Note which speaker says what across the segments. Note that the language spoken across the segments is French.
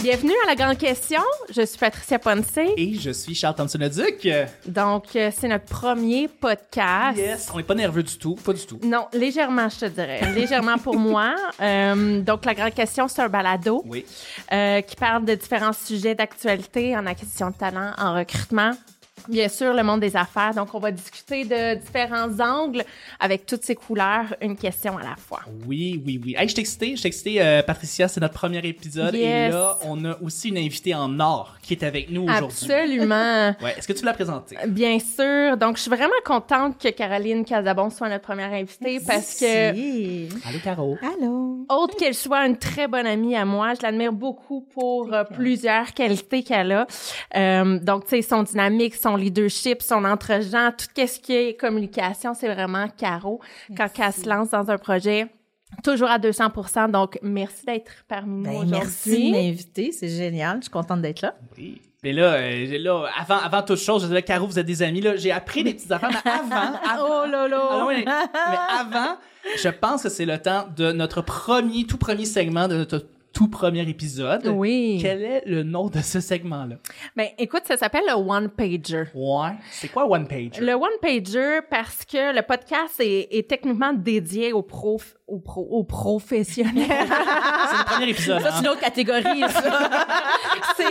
Speaker 1: Bienvenue à La Grande Question. Je suis Patricia Ponce.
Speaker 2: Et je suis Charles Thompson-Leduc.
Speaker 1: Donc, c'est notre premier podcast.
Speaker 2: Yes, on n'est pas nerveux du tout, pas du tout.
Speaker 1: Non, légèrement, je te dirais. Légèrement pour moi. Donc, La Grande Question, c'est un balado qui parle de différents sujets d'actualité en acquisition de talent, en recrutement. Bien sûr, le monde des affaires. Donc, on va discuter de différents angles avec toutes ces couleurs, une question à la fois.
Speaker 2: Oui. Hey, je suis excitée, Patricia, c'est notre premier épisode.
Speaker 1: Yes.
Speaker 2: Et là, on a aussi une invitée en or qui est avec nous aujourd'hui.
Speaker 1: Absolument.
Speaker 2: Ouais. Est-ce que tu l'as présentée?
Speaker 1: Bien sûr. Donc, je suis vraiment contente que Caroline Casabon soit notre première invitée parce que...
Speaker 2: Allô, Caro.
Speaker 3: Allô.
Speaker 1: Autre qu'elle soit une très bonne amie à moi, je l'admire beaucoup pour plusieurs qualités qu'elle a. Donc, tu sais, son dynamique, son leadership, son entre-gens, tout ce qui est communication, c'est vraiment Caro. Quand elle se lance dans un projet, toujours à 200%. Donc, merci d'être parmi nous aujourd'hui.
Speaker 3: Merci de m'inviter, c'est génial. Je suis contente d'être là.
Speaker 2: Oui. Mais là, avant toute chose, je disais, Caro, vous êtes des amis, là. J'ai appris des petites affaires, mais avant.
Speaker 1: Oh là là!
Speaker 2: Ah, oui, mais avant, je pense que c'est le temps de notre tout premier segment de notre tout premier épisode.
Speaker 1: Oui.
Speaker 2: Quel est le nom de ce segment-là?
Speaker 1: Ben, écoute, ça s'appelle le One Pager.
Speaker 2: Ouais. C'est quoi One Pager?
Speaker 1: Le One Pager, parce que le podcast est techniquement dédié aux professionnels.
Speaker 2: C'est le premier épisode.
Speaker 3: Ça, c'est une autre catégorie, ça.
Speaker 1: C'est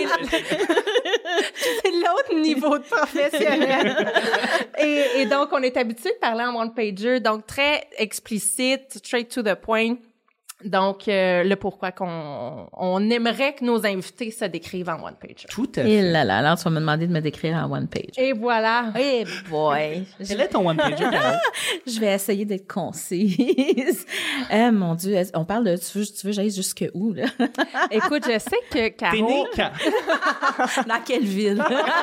Speaker 1: l'autre niveau de professionnel. Et donc, on est habitué de parler en One Pager, donc très explicite, straight to the point. Donc, le pourquoi on aimerait que nos invités se décrivent en one-pager.
Speaker 2: Tout à fait.
Speaker 3: Et là, alors tu vas me demander de me décrire en one page.
Speaker 1: Et voilà.
Speaker 3: Eh boy.
Speaker 2: Quel est ton one-pager, Caro?
Speaker 3: Je vais essayer d'être concise. Mon Dieu, on parle de, tu veux que j'aille jusque où, là?
Speaker 1: Écoute, je sais que
Speaker 2: T'es
Speaker 1: Caro...
Speaker 2: né quand?
Speaker 3: Dans quelle ville?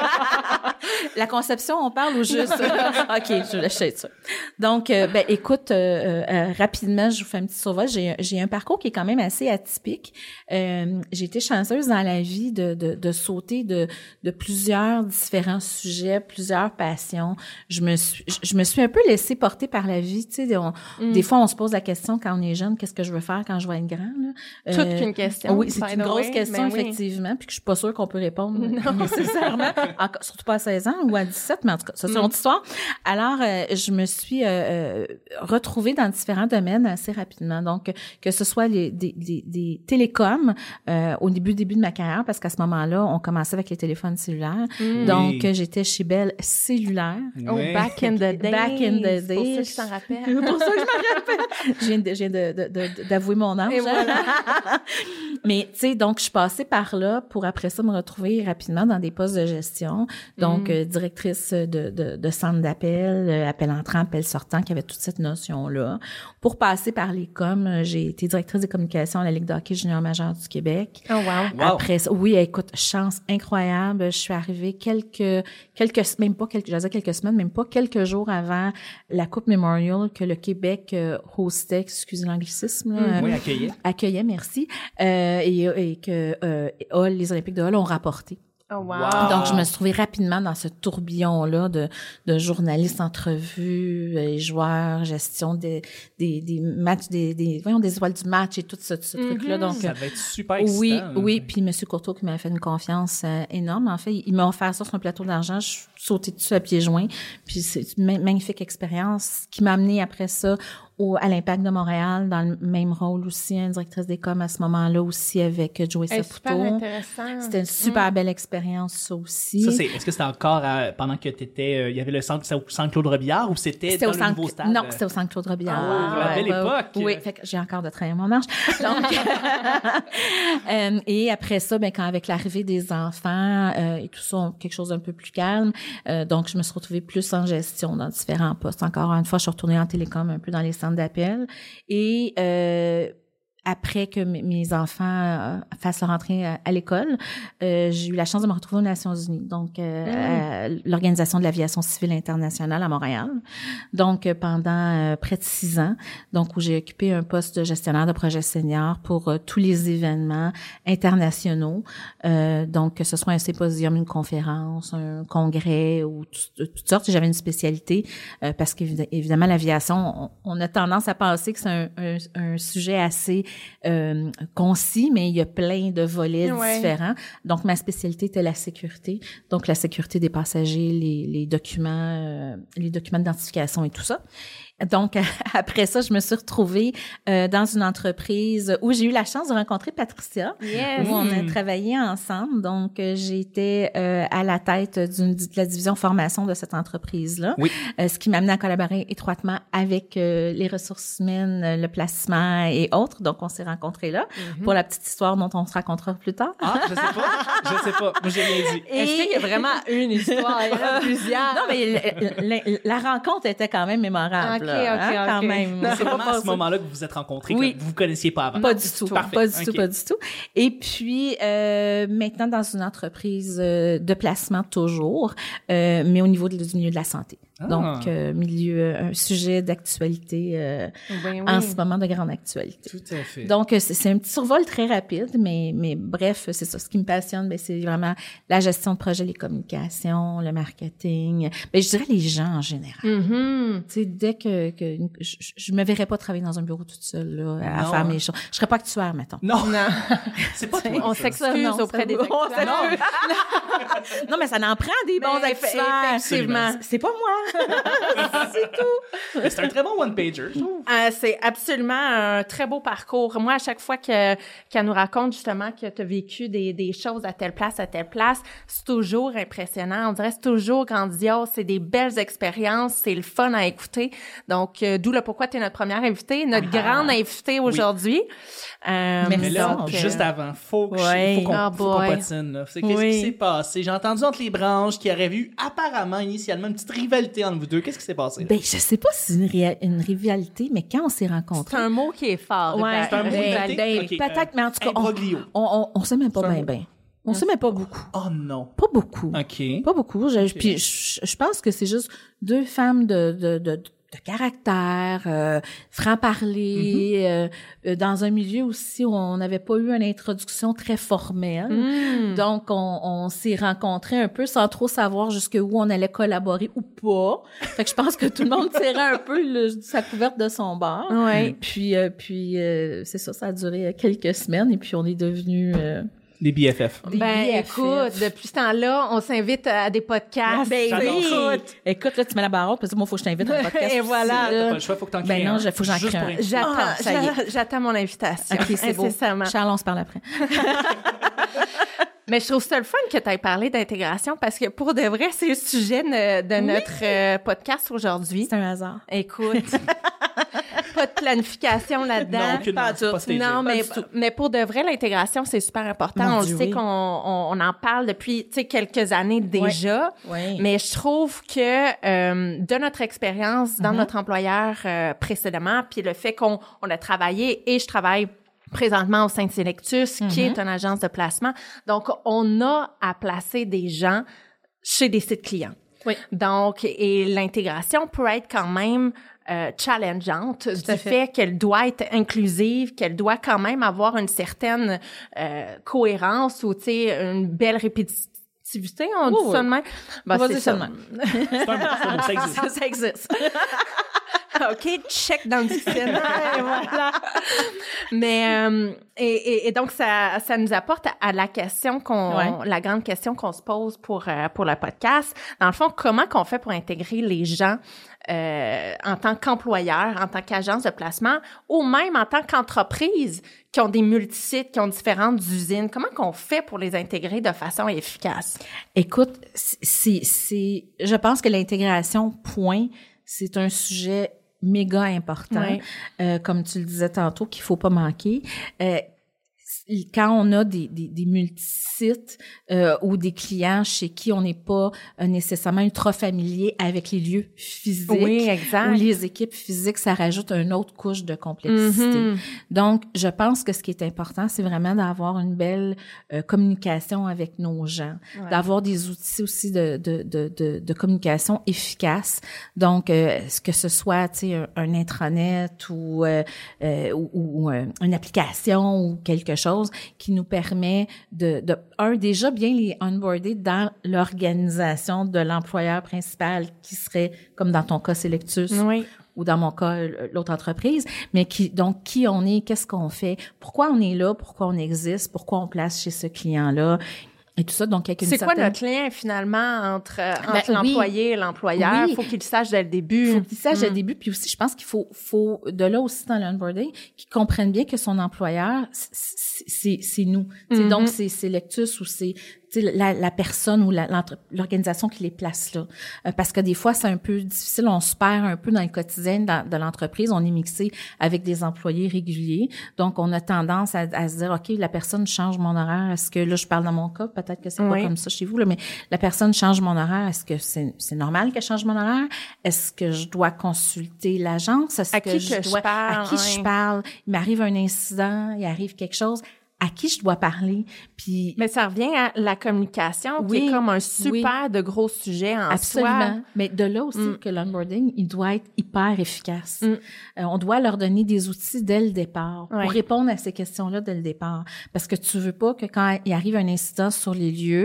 Speaker 3: La conception, on parle ou juste? OK, je l'achète ça. Donc, écoute, rapidement, je vous fais un petit sauvage. J'ai un parcours qui est quand même assez atypique. J'ai été chanceuse dans la vie de sauter de plusieurs différents sujets, plusieurs passions. Je me suis un peu laissée porter par la vie. Tu sais, des fois, on se pose la question quand on est jeune, qu'est-ce que je veux faire quand je vais être grand? Là?
Speaker 1: Toute qu'une question.
Speaker 3: Oui, c'est une grosse question, effectivement, puis que je suis pas sûre qu'on peut répondre nécessairement, surtout pas à 16 ans ou à 17, mais en tout cas, ça, c'est une autre histoire. Alors, je me suis retrouvée dans différents domaines assez rapidement. Donc, que ce soit des télécoms au début de ma carrière, parce qu'à ce moment-là, on commençait avec les téléphones cellulaires. Donc, j'étais chez Bell Cellulaire.
Speaker 1: Oh, back in the day.
Speaker 3: Back in the day.
Speaker 1: C'est pour ça que je t'en rappelle.
Speaker 3: Pour ça que je me rappelle. Je viens d'avouer mon âge.
Speaker 1: Et voilà.
Speaker 3: Mais, tu sais, donc, je suis passée par là pour après ça me retrouver rapidement dans des postes de gestion. Donc, directrice de centre d'appel, appel entrant, appel sortant, qui avait toute cette notion-là. Pour passer par les coms, j'ai été directrice des communications à la Ligue de hockey junior majeur du Québec.
Speaker 1: Oh, wow.
Speaker 3: Après ça, oui, écoute, chance incroyable. Je suis arrivée quelques semaines, même pas quelques jours avant la Coupe Memorial que le Québec hostait, excusez l'anglicisme.
Speaker 2: Oui,
Speaker 3: accueillait, merci. Et que les Olympiques de Hull ont rapporté.
Speaker 1: Oh, wow.
Speaker 3: Donc, je me suis trouvée rapidement dans ce tourbillon-là de journalistes, entrevues, joueurs, gestion des matchs, des étoiles du match et tout ce truc-là. Donc,
Speaker 2: ça va être super excitant.
Speaker 3: Oui. Puis, M. Courteau qui m'a fait une confiance énorme. En fait, il m'a offert ça sur un plateau d'argent. Je suis sautée dessus à pieds joints. Puis, c'est une magnifique expérience qui m'a amenée après ça à l'Impact de Montréal, dans le même rôle aussi, directrice des coms à ce moment-là aussi avec Joey Saputo.
Speaker 1: Super intéressant.
Speaker 3: C'était une super belle expérience, ça aussi.
Speaker 2: Ça, est-ce que c'était encore pendant que t'étais, il y avait le centre Claude Robillard ou c'était dans le nouveau stade?
Speaker 3: Non, c'était au centre Claude Robillard.
Speaker 2: Oh, la belle époque!
Speaker 3: Oui, fait que j'ai encore de travailler mon marche. Donc, et après ça, quand avec l'arrivée des enfants et tout ça, quelque chose d'un peu plus calme, donc je me suis retrouvée plus en gestion dans différents postes. Encore une fois, je suis retournée en télécom un peu dans les centres d'appel et après que mes enfants fassent leur entrée à l'école, j'ai eu la chance de me retrouver aux Nations Unies, donc à l'Organisation de l'aviation civile internationale à Montréal. Donc pendant près de 6 ans, donc où j'ai occupé un poste de gestionnaire de projet senior pour tous les événements internationaux, donc que ce soit un symposium, une conférence, un congrès ou toutes sortes. J'avais une spécialité parce qu'évidemment l'aviation, on a tendance à penser que c'est un sujet assez concis, mais il y a plein de volets différents. Donc, ma spécialité était la sécurité. Donc, la sécurité des passagers, les documents d'identification et tout ça. Donc, après ça, je me suis retrouvée dans une entreprise où j'ai eu la chance de rencontrer Patricia, où on a travaillé ensemble. Donc, j'étais à la tête de la division formation de cette entreprise-là, ce qui m'a amené à collaborer étroitement avec les ressources humaines, le placement et autres. Donc, on s'est rencontrés là pour la petite histoire dont on se racontera plus tard.
Speaker 2: Ah, je sais pas. Moi, j'ai rien dit.
Speaker 1: Est-ce qu'il y a vraiment une histoire? Il y en a plusieurs.
Speaker 3: Non, mais la rencontre était quand même mémorable.
Speaker 1: OK.
Speaker 3: Quand même.
Speaker 2: C'est vraiment à ce moment-là que vous vous êtes rencontrés, que vous vous connaissiez pas avant.
Speaker 3: Pas du tout. Pas du tout. Et puis, maintenant, dans une entreprise de placement toujours, mais au niveau du milieu de la santé. Donc, un sujet d'actualité en ce moment, de grande actualité.
Speaker 2: Tout à fait.
Speaker 3: Donc, c'est un petit survol très rapide, mais bref, c'est ça. Ce qui me passionne, c'est vraiment la gestion de projet, les communications, le marketing. Je dirais les gens en général. Tu sais, dès que je me verrais pas travailler dans un bureau toute seule là, à faire mes choses. Je serais pas actuaire, mettons.
Speaker 2: Non. C'est pas toi.
Speaker 1: On s'excuse auprès des actuaires.
Speaker 3: Non, mais ça n'en prend des bons actuaires.
Speaker 1: Effectivement.
Speaker 3: C'est pas moi. C'est tout.
Speaker 2: C'est un très bon one-pager, je trouve.
Speaker 1: C'est absolument un très beau parcours. Moi, à chaque fois qu'elle nous raconte justement que tu as vécu des choses à telle place, c'est toujours impressionnant. On dirait que c'est toujours grandiose. C'est des belles expériences. C'est le fun à écouter. Donc, d'où le pourquoi tu es notre première invitée, notre grande invitée aujourd'hui.
Speaker 2: Mais là, juste avant, faut qu'on patine. Là. Qu'est-ce qui s'est passé? J'ai entendu entre les branches qu'il y aurait eu apparemment, initialement, une petite rivalité entre vous deux. Qu'est-ce qui s'est passé?
Speaker 3: Je sais pas si c'est une rivalité, mais quand on s'est rencontrés...
Speaker 1: C'est un mot qui est fort.
Speaker 2: C'est un mot rivalité?
Speaker 3: Peut-être, mais en tout cas, on s'aimait pas bien. On s'aimait pas beaucoup.
Speaker 2: Oh non.
Speaker 3: Pas beaucoup.
Speaker 2: OK.
Speaker 3: Pas beaucoup. Puis je pense que c'est juste deux femmes de caractère, franc-parler, dans un milieu aussi où on n'avait pas eu une introduction très formelle. Donc, on s'est rencontrés un peu sans trop savoir jusqu'où on allait collaborer ou pas. Fait que je pense que tout le monde tirait un peu sa couverte de son bord. Puis c'est ça a duré quelques semaines et puis on est devenus...
Speaker 2: Des BFF.
Speaker 1: Écoute, depuis ce temps-là, on s'invite à des podcasts.
Speaker 3: Écoute, là, tu mets la barre haute parce que moi, il faut que je t'invite à un podcast.
Speaker 1: Et voilà.
Speaker 2: T'as pas le choix, faut que t'en crées.
Speaker 3: Non, faut que j'en crée un.
Speaker 1: J'attends mon invitation.
Speaker 3: OK, c'est beau. Charles, on se parle après.
Speaker 1: Mais je trouve ça le fun que tu aies parlé d'intégration parce que pour de vrai, c'est le sujet de notre podcast aujourd'hui.
Speaker 3: C'est un hasard.
Speaker 1: Écoute, pas de planification là-dedans.
Speaker 2: Non,
Speaker 1: mais pour de vrai, l'intégration, c'est super important. On le sait qu'on en parle depuis quelques années déjà. Mais je trouve que de notre expérience dans notre employeur précédemment, puis le fait qu'on a travaillé et je travaille présentement au sein de Selectus, qui est une agence de placement. Donc, on a à placer des gens chez des sites clients. Donc, et l'intégration peut être quand même challengeante du fait qu'elle doit être inclusive, qu'elle doit quand même avoir une certaine cohérence ou, tu sais, une belle répétitivité, on dit ça de même.
Speaker 3: On va dire ça de même.
Speaker 2: Ça existe.
Speaker 1: Ça existe. OK, check dans le dictionnaire, voilà. Mais et donc ça nous apporte à la question la grande question qu'on se pose pour le podcast. Dans le fond, comment qu'on fait pour intégrer les gens en tant qu'employeur, en tant qu'agence de placement, ou même en tant qu'entreprise qui ont des multisites, qui ont différentes usines? Comment qu'on fait pour les intégrer de façon efficace?
Speaker 3: Écoute, je pense que l'intégration, c'est un sujet méga important, comme tu le disais tantôt, qu'il faut pas manquer. Quand on a des multisites ou des clients chez qui on n'est pas nécessairement ultra familier avec les lieux physiques ou les équipes physiques, ça rajoute une autre couche de complexité. Donc, je pense que ce qui est important, c'est vraiment d'avoir une belle communication avec nos gens, d'avoir des outils aussi de communication efficaces. Donc, que ce soit, tu sais, un intranet ou une application ou quelque chose qui nous permet déjà bien les onboarder dans l'organisation de l'employeur principal qui serait, comme dans ton cas, Selectus ou dans mon cas, l'autre entreprise, mais qui on est, qu'est-ce qu'on fait, pourquoi on est là, pourquoi on existe, pourquoi on place chez ce client-là. Et tout ça, donc avec une
Speaker 1: certaine... C'est quoi notre lien, finalement, entre l'employé et l'employeur? Il faut qu'il le sache dès le début.
Speaker 3: Il faut qu'il le sache dès le début. Puis aussi, je pense qu'il faut de là aussi dans l'onboarding, qu'il comprenne bien que son employeur, c'est nous. Donc, c'est Lectus ou c'est la personne ou l'organisation qui les place là. Parce que des fois, c'est un peu difficile. On se perd un peu dans le quotidien de l'entreprise. On est mixé avec des employés réguliers. Donc, on a tendance à se dire, OK, la personne change mon horaire. Est-ce que, là, je parle dans mon cas, peut-être que c'est pas comme ça chez vous, là, mais la personne change mon horaire. Est-ce que c'est normal qu'elle change mon horaire? Est-ce que je dois consulter l'agence? Est-ce que je parle? Il m'arrive un incident, il arrive quelque chose. À qui je dois parler? Puis
Speaker 1: mais ça revient à la communication, qui est comme un super de gros sujet en
Speaker 3: Absolument. Soi. Mais de là aussi que l'onboarding, il doit être hyper efficace. On doit leur donner des outils dès le départ pour répondre à ces questions-là dès le départ. Parce que tu veux pas que quand il arrive un incident sur les lieux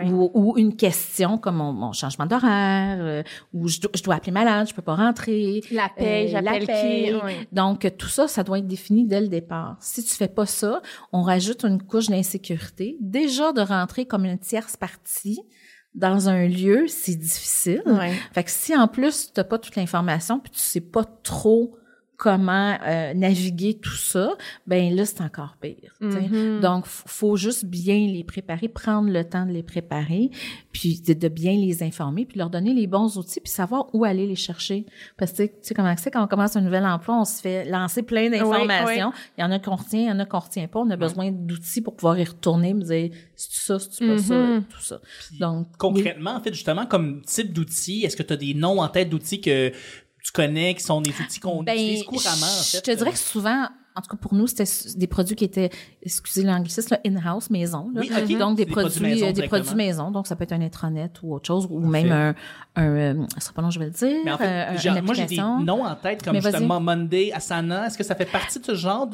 Speaker 3: ou une question comme mon changement d'horaire, ou je dois appeler malade, je peux pas rentrer.
Speaker 1: La paye, j'appelle qui?
Speaker 3: Donc, tout ça, ça doit être défini dès le départ. Si tu fais pas ça, on rajoute une couche d'insécurité. Déjà, de rentrer comme une tierce partie dans un lieu, c'est difficile. Fait que si, en plus, t'as pas toute l'information puis tu sais pas trop comment naviguer tout ça, ben là, c'est encore pire. Donc, faut juste bien les préparer, prendre le temps de les préparer, puis de bien les informer, puis leur donner les bons outils, puis savoir où aller les chercher. Parce que tu sais comment c'est, quand on commence un nouvel emploi, on se fait lancer plein d'informations. Il y en a qu'on retient, il y en a qu'on retient pas. On a besoin d'outils pour pouvoir y retourner, me dire, c'est-tu ça, c'est-tu pas ça, tout ça.
Speaker 2: Puis, donc, concrètement, en fait, justement, comme type d'outils, est-ce que tu as des noms en tête d'outils que tu connais, qui sont des outils qu'on utilise couramment, en fait?
Speaker 3: Je te dirais que souvent, en tout cas pour nous, c'était des produits qui étaient, excusez l'anglicisme, in-house, maison. Là.
Speaker 2: Oui,
Speaker 3: donc des produits maison. Donc ça peut être un intranet ou autre chose, ou même ce sera pas long, je vais le dire. Mais en fait,
Speaker 2: moi j'ai des noms en tête comme justement Monday, Asana. Est-ce que ça fait partie de ce genre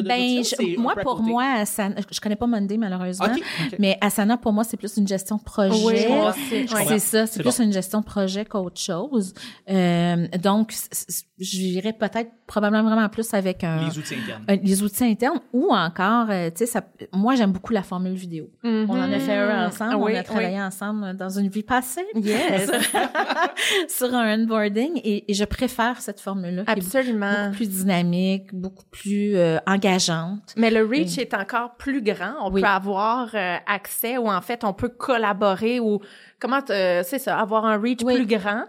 Speaker 2: de
Speaker 3: moi pour moi, Asana, je connais pas Monday malheureusement, mais Asana pour moi c'est plus une gestion de projet. C'est ça, c'est plus une gestion de projet qu'autre chose. Donc je dirais peut-être probablement vraiment plus avec
Speaker 2: les outils internes.
Speaker 3: Les outils internes ou encore, tu sais, moi j'aime beaucoup la formule vidéo. On en a fait un ensemble, on a travaillé ensemble dans une vie passée.
Speaker 1: Yes.
Speaker 3: Sur un onboarding et je préfère cette formule-là.
Speaker 1: Absolument.
Speaker 3: Qui est beaucoup plus dynamique, beaucoup plus engageante.
Speaker 1: Mais le reach est encore plus grand. On peut avoir accès ou en fait on peut collaborer ou c'est ça, avoir un reach plus grand,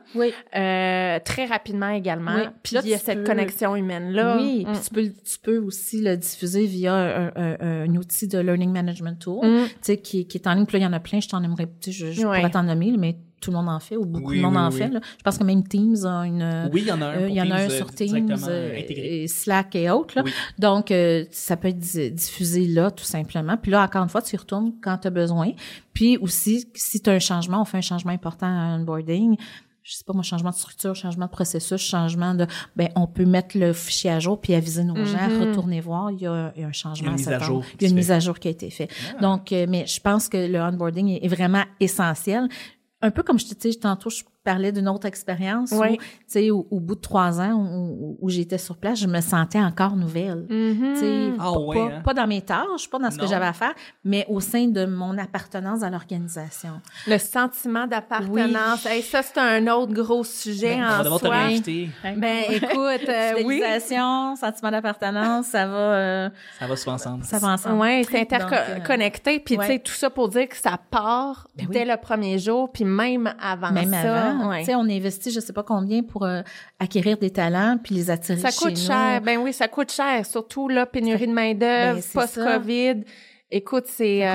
Speaker 1: très rapidement également. Puis là, il y a cette connexion humaine-là.
Speaker 3: Oui, puis tu peux aussi le diffuser via un outil de Learning Management Tool, tu sais, qui est en ligne. Puis là, il y en a plein, je t'en aimerais, tu sais, je pourrais t'en nommer, mais tout le monde en fait, ou beaucoup de monde en fait. Là. Je pense que même Teams a une...
Speaker 2: Oui, il y en a un.
Speaker 3: Il y en a un sur Teams, et Slack et autres. Là. Donc, ça peut être diffusé là, tout simplement. Puis là, encore une fois, tu y retournes quand tu as besoin. Puis aussi, si tu as un changement, on fait un changement important à onboarding, je sais pas, moi, changement de structure, changement de processus, changement de... on peut mettre le fichier à jour puis aviser nos gens, retourner voir, il y a un changement à cet endroit. Il y a une mise à jour qui a été faite. Donc, mais je pense que le onboarding est vraiment essentiel. Un peu comme je te disais tantôt, je parlais d'une autre expérience où, tu sais, au bout de 3 ans où j'étais sur place, je me sentais encore nouvelle. Tu sais, pas dans mes tâches, pas dans ce que j'avais à faire, mais au sein de mon appartenance à l'organisation.
Speaker 1: Le sentiment d'appartenance. Hey, ça, c'est un autre gros sujet en soi.
Speaker 2: On va te
Speaker 1: écoute,
Speaker 3: fidélisation, sentiment d'appartenance, ça va
Speaker 2: souvent ensemble.
Speaker 3: Ça va ensemble.
Speaker 1: Oui, c'est interconnecté. Puis, tu sais, tout ça pour dire que ça part dès le premier jour, puis même avant ça.
Speaker 3: Tu sais, on investit je sais pas combien pour acquérir des talents puis les attirer chez nous.
Speaker 1: Ça coûte cher. Ben oui, ça coûte cher. Surtout, là, pénurie de main-d'œuvre, post-COVID. Écoute,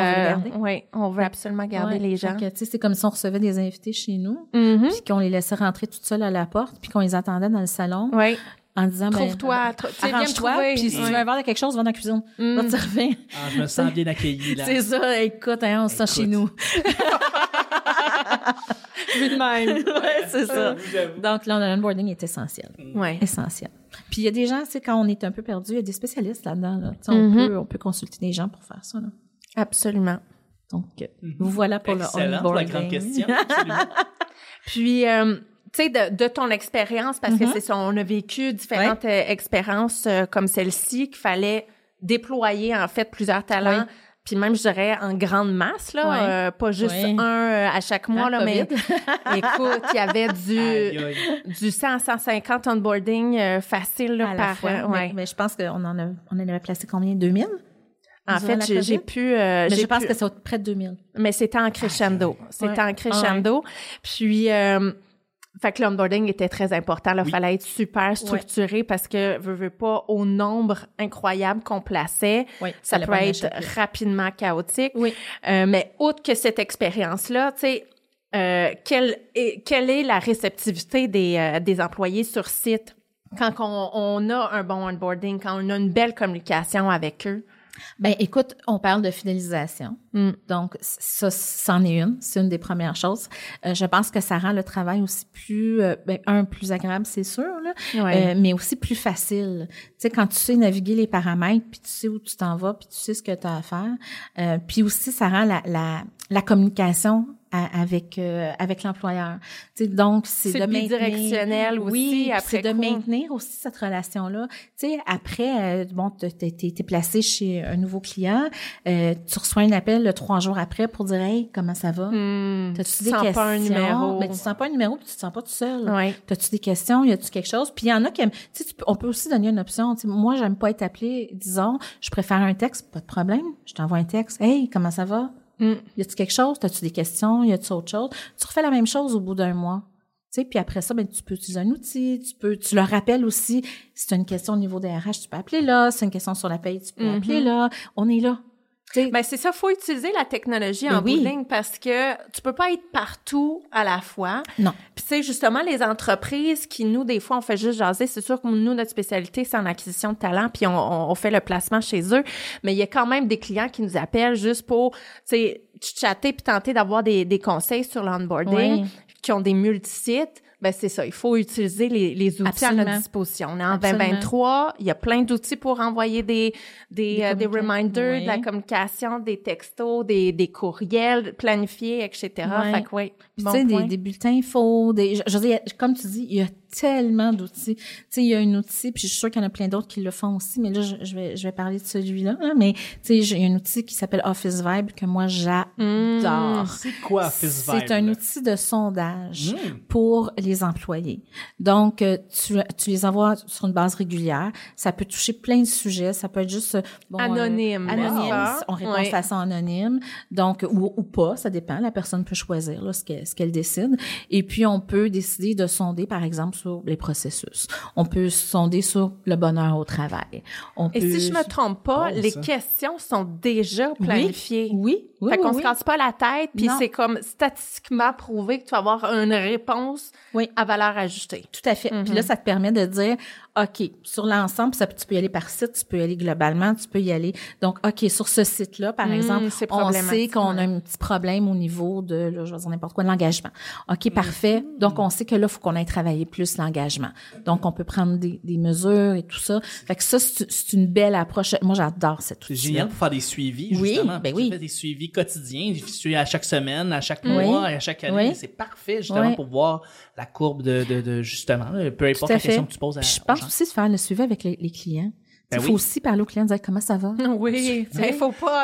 Speaker 1: on veut absolument garder les gens.
Speaker 3: Tu sais, c'est comme si on recevait des invités chez nous, puis qu'on les laissait rentrer toutes seules à la porte, puis qu'on les attendait dans le salon. En disant,
Speaker 1: trouve-toi,
Speaker 3: arrange-toi, puis si tu veux un verre de quelque chose, va dans la cuisine. Va te servir.
Speaker 2: Je me sens bien accueillie, là.
Speaker 3: C'est ça, écoute, on se sent chez nous.
Speaker 1: Vu de même.
Speaker 3: C'est ça. Donc, là, l'onboarding est essentiel. Essentiel. Puis, il y a des gens, tu sais, quand on est un peu perdu, il y a des spécialistes là-dedans, là. On peut consulter des gens pour faire ça, là.
Speaker 1: Absolument.
Speaker 3: Donc, vous voilà pour le onboarding.
Speaker 2: Excellent, pour la grande question. Absolument.
Speaker 1: Puis, tu sais, de ton expérience, parce que c'est ça, on a vécu différentes expériences comme celle-ci, qu'il fallait déployer, en fait, plusieurs talents, puis même, je dirais, en grande masse, là, pas juste un à chaque mois, là, mais écoute, il y avait du 100 à 150 onboarding facile, là,
Speaker 3: par fois. Mais je pense qu'on en avait placé combien? 2000?
Speaker 1: En fait, j'ai pu...
Speaker 3: mais je pense que c'est près de 2000.
Speaker 1: Mais c'était en crescendo. C'était en crescendo. Puis... fait que l'onboarding était très important. Il fallait être super structuré parce que, veux pas, au nombre incroyable qu'on plaçait, ça peut être rapidement chaotique. Mais outre que cette expérience-là, tu sais, quelle est la réceptivité des employés sur site quand on a un bon onboarding, quand on a une belle communication avec eux?
Speaker 3: Ben, écoute, on parle de fidélisation. Donc, ça, c'en est une. C'est une des premières choses. Je pense que ça rend le travail aussi plus, plus agréable, c'est sûr, là, mais aussi plus facile. Tu sais, quand tu sais naviguer les paramètres, puis tu sais où tu t'en vas, puis tu sais ce que tu as à faire. Puis aussi, ça rend la communication avec l'employeur. Tu sais, donc c'est de maintenir
Speaker 1: bidirectionnel aussi après
Speaker 3: c'est de maintenir aussi cette relation là. Tu sais, après t'es placé chez un nouveau client, tu reçois un appel 3 jours après pour dire hey, comment ça va? T'as-tu des questions? Pas un numéro. Mais tu sens pas un numéro, puis tu te sens pas tout seul. T'as-tu des questions? Y a-tu quelque chose? Puis il y en a qui aiment, tu sais, on peut aussi donner une option. Tu sais, moi j'aime pas être appelé, disons, je préfère un texte, pas de problème. Je t'envoie un texte. Hey, comment ça va? Y a-tu quelque chose? T'as-tu des questions? Y a-tu autre chose? Tu refais la même chose au bout d'un mois. Tu sais, puis après ça, tu peux utiliser un outil, tu leur rappelles aussi, si tu as une question au niveau des RH, tu peux appeler là, si c'est une question sur la paye, tu peux appeler là. On est là.
Speaker 1: Ben c'est ça, faut utiliser la technologie en bout de ligne parce que tu peux pas être partout à la fois.
Speaker 3: Non.
Speaker 1: Puis c'est justement les entreprises qui nous des fois on fait juste jaser, c'est sûr que nous notre spécialité c'est en acquisition de talent puis on fait le placement chez eux, mais il y a quand même des clients qui nous appellent juste pour tu sais chatter puis tenter d'avoir des conseils sur l'onboarding qui ont des multisites. Ben c'est ça, il faut utiliser les outils à notre disposition. On est en 2023, il y a plein d'outils pour envoyer des reminders, de la communication, des textos, des courriels planifiés, etc. Fait que
Speaker 3: tu sais, des bulletins infos, je veux dire, comme tu dis, il y a tellement d'outils. Tu sais, il y a un outil, puis je suis sûre qu'il y en a plein d'autres qui le font aussi, mais là, je vais parler de celui-là, hein, mais tu sais, il y a un outil qui s'appelle Office Vibe que moi, j'adore.
Speaker 2: C'est quoi Office Vibe?
Speaker 3: C'est un outil de sondage pour les employés. Donc, tu les envoies sur une base régulière. Ça peut toucher plein de sujets. Ça peut être juste
Speaker 1: anonyme.
Speaker 3: On répond de façon anonyme. Donc, ou pas, ça dépend. La personne peut choisir là, ce qu'elle décide. Et puis, on peut décider de sonder, par exemple, sur les processus. On peut sonder sur le bonheur au travail.
Speaker 1: Et si je me trompe pas, les questions sont déjà planifiées.
Speaker 3: Oui.
Speaker 1: Fait qu'on se casse pas la tête, puis c'est comme statistiquement prouvé que tu vas avoir une réponse à valeur ajoutée.
Speaker 3: Tout à fait. Puis là, ça te permet de dire, OK, sur l'ensemble, tu peux y aller par site, tu peux y aller globalement, tu peux y aller. Donc, OK, sur ce site-là, par exemple, on sait qu'on a un petit problème au niveau de, là, je vais dire n'importe quoi, de l'engagement. OK, parfait. Donc, on sait que là, il faut qu'on aille travailler plus l'engagement. Donc, on peut prendre des mesures et tout ça. Fait que ça, c'est une belle approche. Moi, j'adore cette outil.
Speaker 2: C'est génial pour faire des suivis, justement.
Speaker 3: Oui,
Speaker 2: tu fais des suivis quotidiens, à chaque semaine, à chaque mois, à chaque année. C'est parfait, justement, pour voir la courbe de justement, peu importe la question que tu poses à
Speaker 3: je pense aussi de faire le suivi avec les clients. Il faut aussi parler aux clients, dire comment ça va.
Speaker 1: Oui, il faut pas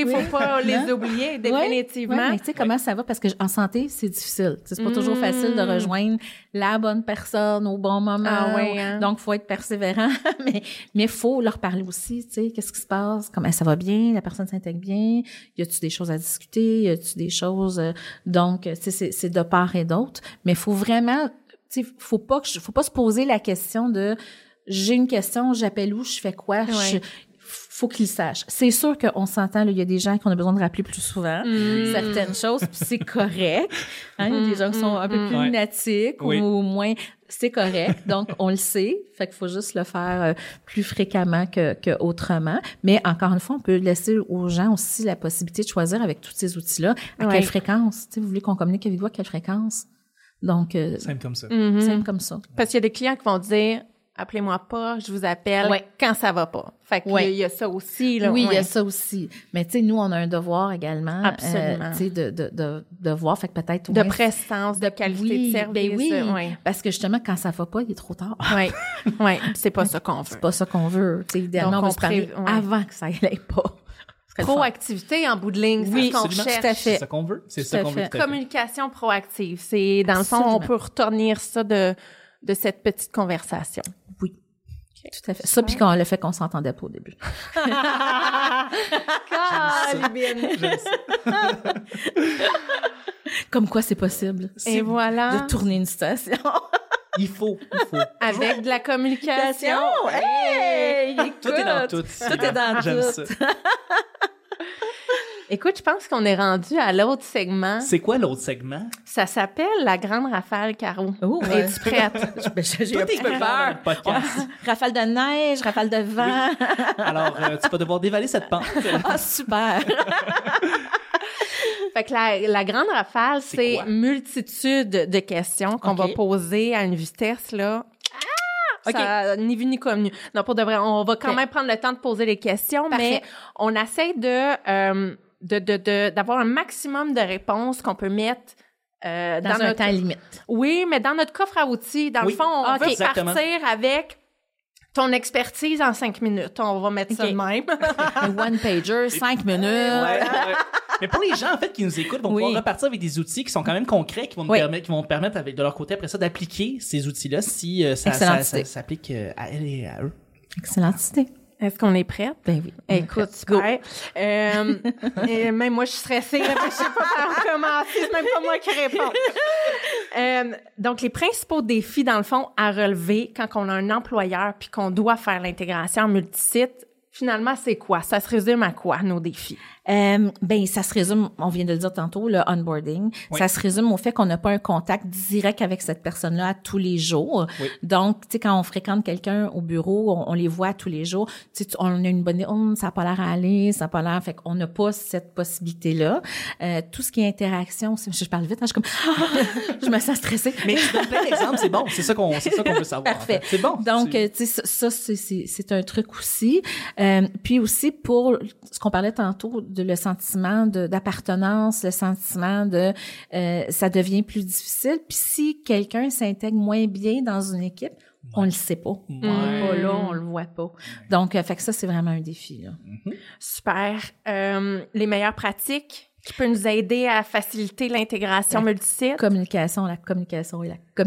Speaker 1: les oublier, définitivement.
Speaker 3: Mais tu sais, comment ça va? Parce que en santé, c'est difficile. C'est pas toujours facile de rejoindre la bonne personne au bon moment. Donc, faut être persévérant. mais faut leur parler aussi, tu sais, qu'est-ce qui se passe? Comment ça va bien? La personne s'intègre bien? Y a-tu des choses à discuter? Y a-tu des choses? Donc, c'est de part et d'autre. Mais faut vraiment, tu sais, faut pas se poser la question de j'ai une question, j'appelle où, je fais quoi, faut qu'ils sachent. C'est sûr qu'on s'entend, il y a des gens qui ont besoin de rappeler plus souvent certaines choses, puis c'est correct. Hein, il y a des gens qui sont un peu plus lunatiques ou moins, c'est correct. Donc, on le sait. Fait qu'il faut juste le faire plus fréquemment que autrement. Mais encore une fois, on peut laisser aux gens aussi la possibilité de choisir avec tous ces outils-là à quelle fréquence. Tu sais, vous voulez qu'on communique avec vous à quelle fréquence? Donc,
Speaker 2: simple comme ça.
Speaker 3: Simple comme ça.
Speaker 1: Parce qu'il y a des clients qui vont dire appelez-moi pas, je vous appelle quand ça va pas. Fait que il y a ça aussi, là.
Speaker 3: Oui, il y a ça aussi. Mais tu sais, nous, on a un devoir également.
Speaker 1: Absolument.
Speaker 3: Tu sais, de voir, fait que peut-être...
Speaker 1: De prestance, de qualité de service.
Speaker 3: Oui, parce que justement, quand ça va pas, il est trop tard.
Speaker 1: Oui, c'est pas ça qu'on veut.
Speaker 3: C'est pas ça qu'on veut. Tu sais, idéalement, on va se parler avant que ça aille pas.
Speaker 1: Proactivité en bout de ligne, c'est ce qu'on cherche.
Speaker 3: Tout à fait.
Speaker 2: C'est ça qu'on veut. C'est ça qu'on veut.
Speaker 1: Communication proactive. C'est, dans le fond, on peut retenir ça de cette petite conversation.
Speaker 3: Oui. Tout à fait. Ça, puis le fait qu'on s'entendait pas au début.
Speaker 2: J'aime ça.
Speaker 3: Comme quoi, c'est possible.
Speaker 1: Et voilà.
Speaker 3: De tourner une station.
Speaker 2: Il faut.
Speaker 1: Avec de la communication.
Speaker 3: Hey!
Speaker 2: Tout est dans tout.
Speaker 3: Tout est dans tout.
Speaker 2: J'aime ça.
Speaker 1: Écoute, je pense qu'on est rendu à l'autre segment.
Speaker 2: C'est quoi l'autre segment?
Speaker 1: Ça s'appelle la grande rafale, Caro.
Speaker 3: Oh,
Speaker 1: es-tu prête?
Speaker 3: J'ai un petit peu peur. Rafale de neige, rafale de vent.
Speaker 2: Oui. Alors, tu vas devoir dévaler cette pente.
Speaker 3: Ah, super!
Speaker 1: Fait que la grande rafale, c'est multitude de questions qu'on va poser à une vitesse, là. Ça, ni vu ni connu. Non, pour de vrai, on va quand même prendre le temps de poser les questions, mais on essaie d'avoir un maximum de réponses qu'on peut mettre
Speaker 3: dans notre temps limite.
Speaker 1: Oui, mais dans notre coffre à outils. Dans le fond, on veut partir avec ton expertise en 5 minutes. On va mettre ça de même.
Speaker 3: Un one-pager, 5 minutes.
Speaker 2: Mais pour les gens, en fait, qui nous écoutent, vont pouvoir repartir avec des outils qui sont quand même concrets, qui vont nous permettre, avec de leur côté, après ça, d'appliquer ces outils-là si ça s'applique à elles et à eux.
Speaker 3: Excellente idée.
Speaker 1: Est-ce qu'on est prête?
Speaker 3: Ben oui.
Speaker 1: Écoute, super. Même moi, je suis stressée. Je sais pas par commencer. C'est même pas moi qui réponds. Donc, les principaux défis, dans le fond, à relever quand on a un employeur puis qu'on doit faire l'intégration en multisite, finalement, c'est quoi? Ça se résume à quoi, nos défis?
Speaker 3: Ben, ça se résume, on vient de le dire tantôt, le onboarding. Oui. Ça se résume au fait qu'on n'a pas un contact direct avec cette personne-là à tous les jours. Oui. Donc, tu sais, quand on fréquente quelqu'un au bureau, on les voit tous les jours. Tu sais, on a une bonne idée, ça n'a pas l'air à aller, ça n'a pas l'air, fait qu'on n'a pas cette possibilité-là. Tout ce qui est interaction, je parle vite, hein, je suis comme, je me sens stressée.
Speaker 2: Mais je donne plein d'exemples, c'est bon, c'est ça qu'on veut savoir.
Speaker 3: Parfait.
Speaker 2: En fait. C'est bon.
Speaker 3: Donc, tu sais, ça, c'est un truc aussi. Puis aussi, pour ce qu'on parlait tantôt, le sentiment d'appartenance, le sentiment de ça devient plus difficile. Puis si quelqu'un s'intègre moins bien dans une équipe, on le sait pas. On n'est pas là, on le voit pas. Donc, fait que ça, c'est vraiment un défi, là.
Speaker 1: Super. Les meilleures pratiques qui peuvent nous aider à faciliter l'intégration multisite?
Speaker 3: La communication et la communication.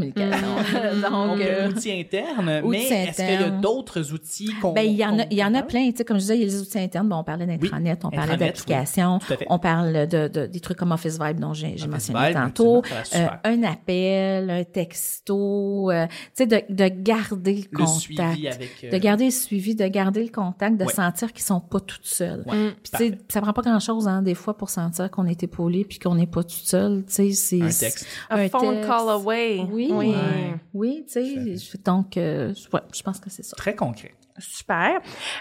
Speaker 2: Donc, outils internes, mais est-ce qu'il y a d'autres outils
Speaker 3: il y en a plein. Tu sais, comme je disais, il y a les outils internes. On parlait d'intranet, on parlait d'applications, on parle des trucs comme Office Vibe dont j'ai mentionné tantôt. Un appel, un texto, tu sais, de garder le contact. De garder le suivi, de garder le contact, de sentir qu'ils sont pas toutes seules. Puis tu sais, ça prend pas grand-chose, hein, des fois, pour sentir qu'on est épaulé puis qu'on n'est pas tout seul. Tu sais, c'est
Speaker 2: un texte.
Speaker 1: Un phone call away.
Speaker 3: Oui, tu sais. Donc, je pense que c'est ça.
Speaker 2: Très concret.
Speaker 1: Super.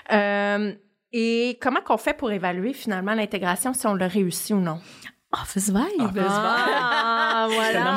Speaker 1: Et comment qu'on fait pour évaluer finalement l'intégration, si on l'a réussi ou non?
Speaker 3: Office Vibe.
Speaker 1: Voilà.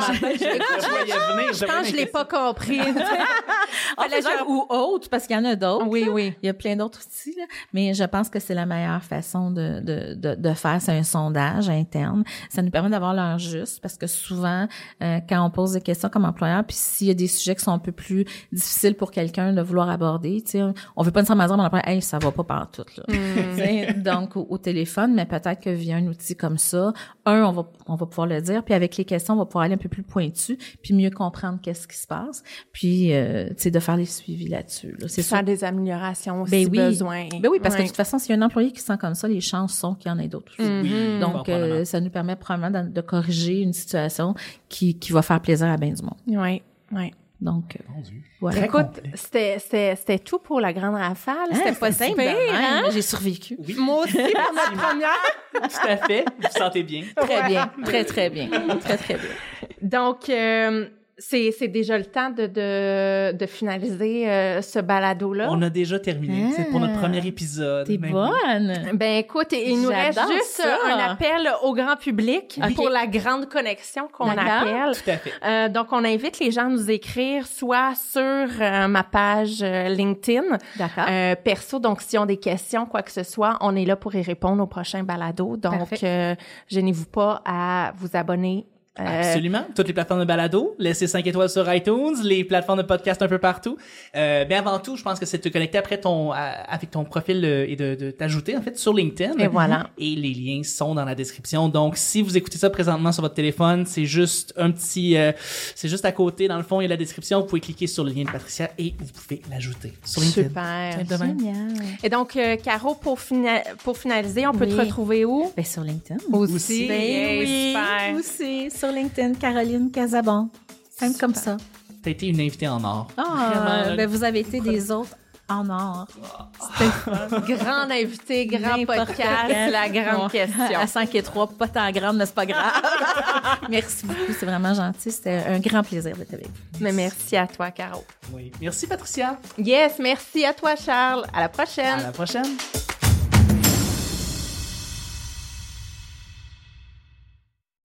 Speaker 1: Je pense que je l'ai pas compris.
Speaker 3: Office Vibe ou autre, parce qu'il y en a d'autres.
Speaker 1: Oui.
Speaker 3: Il y a plein d'autres outils, là. Mais je pense que c'est la meilleure façon de faire, c'est un sondage interne. Ça nous permet d'avoir l'heure juste, parce que souvent, quand on pose des questions comme employeur, puis s'il y a des sujets qui sont un peu plus difficiles pour quelqu'un de vouloir aborder, tu sais, on veut pas nécessairement dire à l'employeur, hey, ça va pas partout, là. Donc, au téléphone, mais peut-être que via un outil comme ça, on va pouvoir le dire, puis avec les questions, on va pouvoir aller un peu plus pointu, puis mieux comprendre qu'est-ce qui se passe, puis tu sais, de faire les suivis là-dessus. Là.
Speaker 1: C'est faire des améliorations si besoin.
Speaker 3: Ben oui, parce que de toute façon, s'il y a un employé qui se sent comme ça, les chances sont qu'il y en ait d'autres aussi.
Speaker 2: Oui,
Speaker 3: donc, ça nous permet probablement de corriger une situation qui va faire plaisir à bien du monde.
Speaker 1: Oui.
Speaker 3: Donc,
Speaker 1: voilà. Écoute, c'était tout pour la grande rafale. C'était pas simple, hein?
Speaker 3: J'ai survécu.
Speaker 1: Oui. Moi aussi, pour ma première.
Speaker 2: Tout à fait. Vous vous sentez bien.
Speaker 3: Très bien. Très, très bien. Très, très bien.
Speaker 1: Donc, c'est déjà le temps de finaliser ce balado-là.
Speaker 2: On a déjà terminé. C'est pour notre premier épisode.
Speaker 3: T'es bonne!
Speaker 1: Ben écoute, il nous reste juste un appel au grand public pour la grande connexion qu'on appelle.
Speaker 2: Tout à fait.
Speaker 1: Donc, on invite les gens à nous écrire soit sur ma page LinkedIn, perso. Donc, s'ils ont des questions, quoi que ce soit, on est là pour y répondre au prochain balado. Donc, gênez-vous pas à vous abonner.
Speaker 2: Absolument. Toutes les plateformes de balado, laissez 5 étoiles sur iTunes, les plateformes de podcast un peu partout. Mais avant tout, je pense que c'est de te connecter après avec ton profil et de t'ajouter en fait sur LinkedIn.
Speaker 1: Et voilà.
Speaker 2: Et les liens sont dans la description. Donc, si vous écoutez ça présentement sur votre téléphone, c'est juste c'est juste à côté. Dans le fond, il y a la description. Vous pouvez cliquer sur le lien de Patricia et vous pouvez l'ajouter sur LinkedIn.
Speaker 1: Super. Génial. Et donc, Caro, pour finaliser, on peut te retrouver où?
Speaker 3: Ben, sur LinkedIn.
Speaker 1: Aussi.
Speaker 3: Ben, oui.
Speaker 1: Super.
Speaker 3: Aussi. Sur LinkedIn, Caroline Casabon. Simple comme ça.
Speaker 2: T'as été une invitée en or.
Speaker 3: Ben vous avez été des autres en or.
Speaker 1: C'était grande invitée, grand podcast, la grande question.
Speaker 3: À 5 et 3, pas tant grande, mais c'est pas grave. Merci beaucoup, c'est vraiment gentil. C'était un grand plaisir d'être avec vous.
Speaker 1: Mais merci à toi, Caro.
Speaker 2: Oui. Merci, Patricia.
Speaker 1: Yes, merci à toi, Charles. À la prochaine.
Speaker 2: À la prochaine.